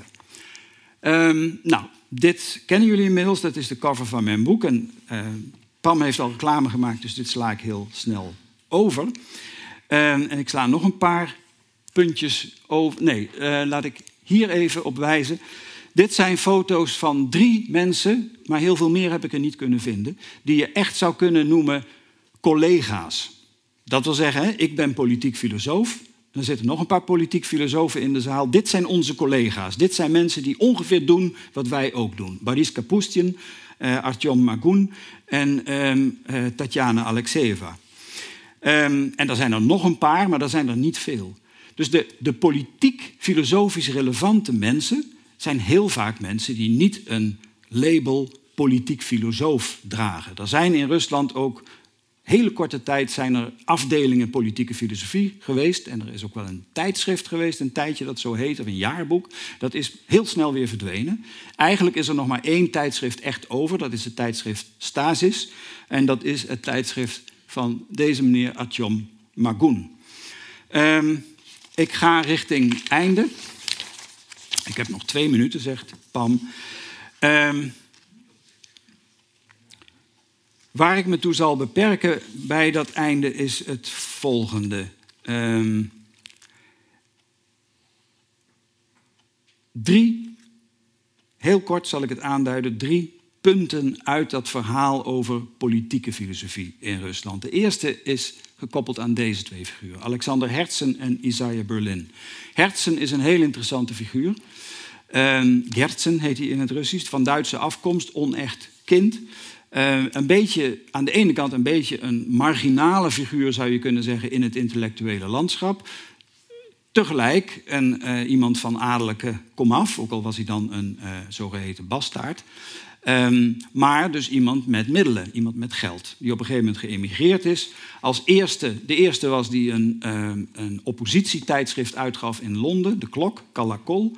Speaker 3: Dit kennen jullie inmiddels, dat is de cover van mijn boek. En Pam heeft al reclame gemaakt, dus dit sla ik heel snel over. En ik sla nog een paar puntjes over. Nee, laat ik hier even op wijzen. Dit zijn foto's van 3 mensen, maar heel veel meer heb ik er niet kunnen vinden, die je echt zou kunnen noemen collega's. Dat wil zeggen, ik ben politiek filosoof. Er zitten nog een paar politiek filosofen in de zaal. Dit zijn onze collega's. Dit zijn mensen die ongeveer doen wat wij ook doen. Boris Kapustin, Artyom Magun en Tatjana Alexeeva. En er zijn er nog een paar, maar er zijn er niet veel. Dus de politiek-filosofisch relevante mensen zijn heel vaak mensen die niet een label politiek filosoof dragen. Er zijn in Rusland ook hele korte tijd zijn er afdelingen politieke filosofie geweest. En er is ook wel een tijdschrift geweest, een tijdje dat zo heet, of een jaarboek. Dat is heel snel weer verdwenen. Eigenlijk is er nog maar 1 tijdschrift echt over. Dat is het tijdschrift Stasis. En dat is het tijdschrift van deze meneer Artyom Magun. Ik ga richting einde. Ik heb nog 2 minuten, zegt Pam. Waar ik me toe zal beperken bij dat einde is het volgende. 3, heel kort zal ik het aanduiden, 3 punten uit dat verhaal over politieke filosofie in Rusland. De eerste is gekoppeld aan deze 2 figuren, Alexander Herzen en Isaiah Berlin. Herzen is een heel interessante figuur. Herzen heet hij in het Russisch, van Duitse afkomst, onecht kind. Een beetje, aan de ene kant een beetje een marginale figuur zou je kunnen zeggen in het intellectuele landschap. Tegelijk iemand van adellijke komaf, ook al was hij dan een zogeheten bastaard. Maar dus iemand met middelen, iemand met geld, die op een gegeven moment geëmigreerd is. De eerste was die een oppositietijdschrift uitgaf in Londen, De Klok, Kalakol.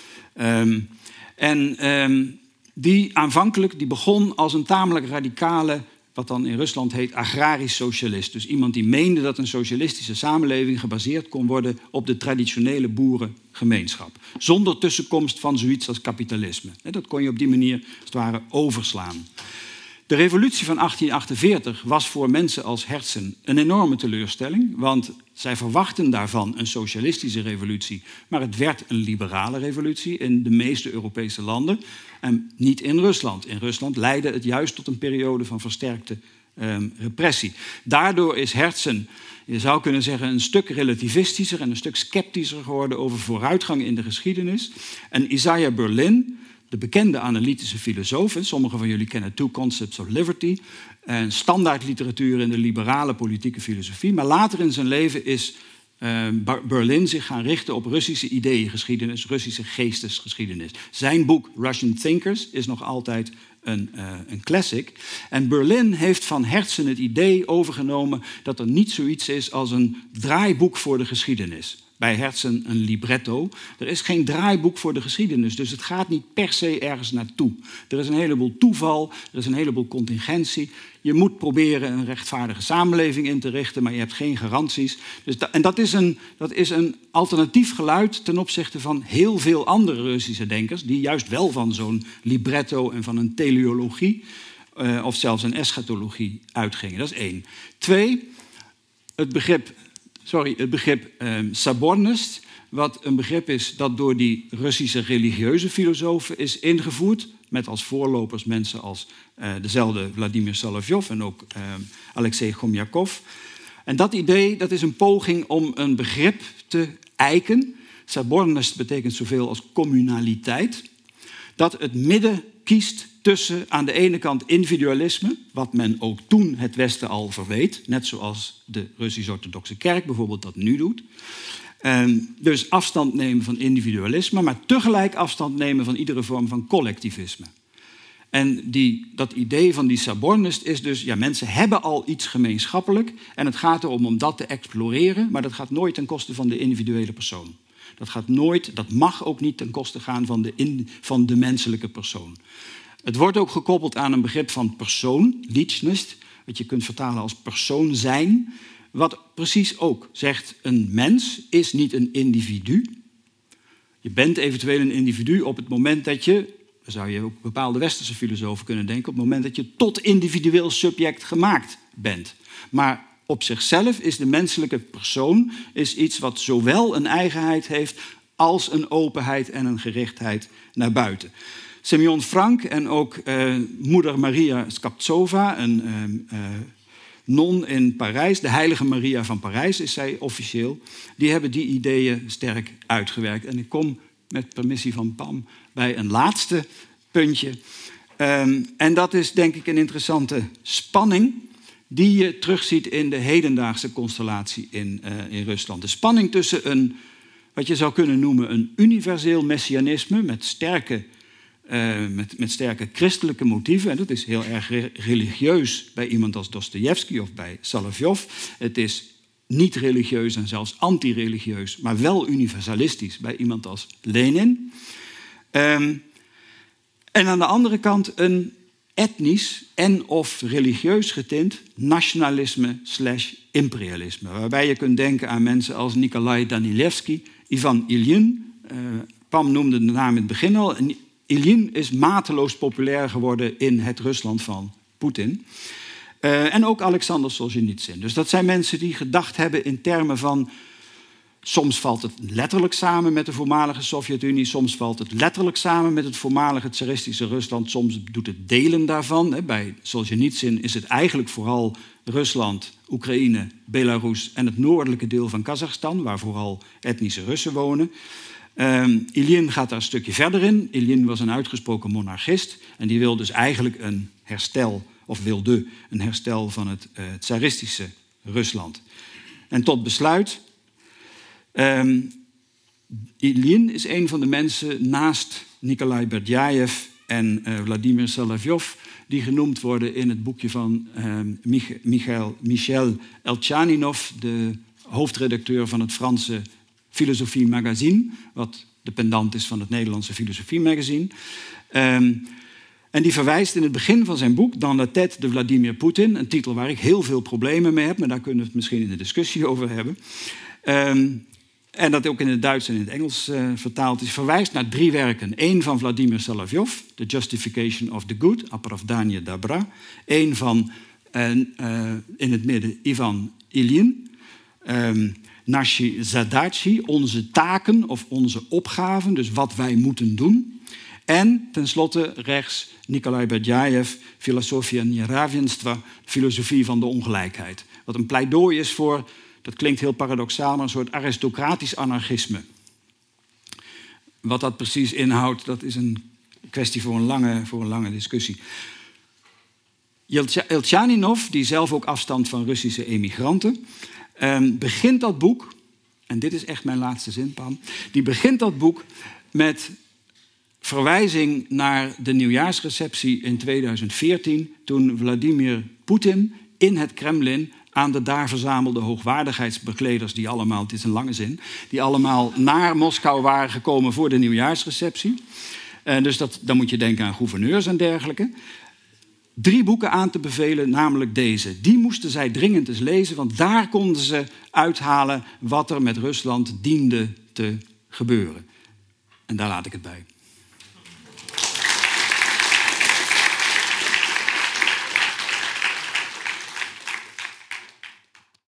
Speaker 3: Die begon als een tamelijk radicale, wat dan in Rusland heet, agrarisch socialist. Dus iemand die meende dat een socialistische samenleving gebaseerd kon worden op de traditionele boerengemeenschap. Zonder tussenkomst van zoiets als kapitalisme. Dat kon je op die manier, als het ware, overslaan. De revolutie van 1848 was voor mensen als Herzen een enorme teleurstelling, want zij verwachten daarvan een socialistische revolutie, maar het werd een liberale revolutie in de meeste Europese landen en niet in Rusland. In Rusland leidde het juist tot een periode van versterkte repressie. Daardoor is Herzen, je zou kunnen zeggen, een stuk relativistischer en een stuk sceptischer geworden over vooruitgang in de geschiedenis. En Isaiah Berlin, de bekende analytische filosoof, sommigen van jullie kennen Two Concepts of Liberty, standaardliteratuur in de liberale politieke filosofie. Maar later in zijn leven is Berlin zich gaan richten op Russische ideeëngeschiedenis, Russische geestesgeschiedenis. Zijn boek Russian Thinkers is nog altijd een classic. En Berlin heeft van Herzen het idee overgenomen dat er niet zoiets is als een draaiboek voor de geschiedenis. Bij Herzen een libretto. Er is geen draaiboek voor de geschiedenis, dus het gaat niet per se ergens naartoe. Er is een heleboel toeval, er is een heleboel contingentie. Je moet proberen een rechtvaardige samenleving in te richten, maar je hebt geen garanties. En dat is een alternatief geluid ten opzichte van heel veel andere Russische denkers, die juist wel van zo'n libretto en van een teleologie of zelfs een eschatologie uitgingen. Dat is 1. 2, het begrip Sabornist, wat een begrip is dat door die Russische religieuze filosofen is ingevoerd, met als voorlopers mensen als dezelfde Vladimir Solovyov en ook Alexei Chomjakov. En dat idee, dat is een poging om een begrip te eiken. Sabornost betekent zoveel als communaliteit. Dat het midden kiest tussen aan de ene kant individualisme, wat men ook toen het Westen al verweet, net zoals de Russisch-Orthodoxe Kerk bijvoorbeeld dat nu doet. Dus afstand nemen van individualisme, maar tegelijk afstand nemen van iedere vorm van collectivisme. En dat idee van die Sabornost is dus, ja, mensen hebben al iets gemeenschappelijk en het gaat erom om dat te exploreren, maar dat gaat nooit ten koste van de individuele persoon. Dat mag ook niet ten koste gaan van de menselijke persoon. Het wordt ook gekoppeld aan een begrip van persoon, lichnost, wat je kunt vertalen als persoon zijn. Wat precies ook zegt, een mens is niet een individu. Je bent eventueel een individu op het moment dat je, daar zou je ook bepaalde westerse filosofen kunnen denken, op het moment dat je tot individueel subject gemaakt bent. Maar op zichzelf is de menselijke persoon iets wat zowel een eigenheid heeft als een openheid en een gerichtheid naar buiten. Semyon Frank en ook moeder Maria Skaptsova, een non in Parijs, de heilige Maria van Parijs is zij officieel, die hebben die ideeën sterk uitgewerkt. En ik kom met permissie van Pam bij een laatste puntje. En dat is denk ik een interessante spanning die je terugziet in de hedendaagse constellatie in Rusland. De spanning tussen wat je zou kunnen noemen een universeel messianisme met sterke christelijke motieven. En dat is heel erg religieus bij iemand als Dostojevski of bij Solovyov. Het is niet religieus en zelfs anti-religieus, maar wel universalistisch bij iemand als Lenin. En aan de andere kant een etnisch en of religieus getint nationalisme/imperialisme. Waarbij je kunt denken aan mensen als Nikolai Danilevski, Ivan Ilyin. Pam noemde de naam in het begin al. Ilyin is mateloos populair geworden in het Rusland van Poetin. En ook Alexander Solzhenitsyn. Dus dat zijn mensen die gedacht hebben in termen van, soms valt het letterlijk samen met de voormalige Sovjet-Unie, soms valt het letterlijk samen met het voormalige tsaristische Rusland, soms doet het delen daarvan. Bij Solzhenitsyn is het eigenlijk vooral Rusland, Oekraïne, Belarus en het noordelijke deel van Kazachstan, waar vooral etnische Russen wonen. Ilyin gaat daar een stukje verder in. Ilyin was een uitgesproken monarchist en die wil dus eigenlijk een herstel van het tsaristische Rusland. En tot besluit, Ilyin is een van de mensen naast Nikolai Berdyaev en Vladimir Solovyov die genoemd worden in het boekje van Michel Elchaninov, de hoofdredacteur van het Franse Philosophie Magazine, wat de pendant is van het Nederlandse Philosophie Magazine. En die verwijst in het begin van zijn boek Dans la tête de Vladimir Poetin, een titel waar ik heel veel problemen mee heb, maar daar kunnen we het misschien in de discussie over hebben. En dat ook in het Duits en in het Engels vertaald is, verwijst naar 3 werken. 1 van Vladimir Solovyov, The Justification of the Good, Оправдание добра. 1 van, in het midden, Ivan Ilyin, Nashi Zadachi, onze taken of onze opgaven, dus wat wij moeten doen. En tenslotte rechts Nikolai Berdyaev, Filosofia Neravjenstva, filosofie van de ongelijkheid. Wat een pleidooi is voor, dat klinkt heel paradoxaal, maar een soort aristocratisch anarchisme. Wat dat precies inhoudt, dat is een kwestie voor een lange discussie. Elchaninov, die zelf ook afstamt van Russische emigranten, begint dat boek, en dit is echt mijn laatste zin, Pam, die begint dat boek met verwijzing naar de nieuwjaarsreceptie in 2014, toen Vladimir Poetin in het Kremlin aan de daar verzamelde hoogwaardigheidsbekleders, die allemaal, het is een lange zin, die allemaal naar Moskou waren gekomen voor de nieuwjaarsreceptie. Dus dan moet je denken aan gouverneurs en dergelijke. 3 boeken aan te bevelen, namelijk deze. Die moesten zij dringend eens lezen, want daar konden ze uithalen wat er met Rusland diende te gebeuren. En daar laat ik het bij.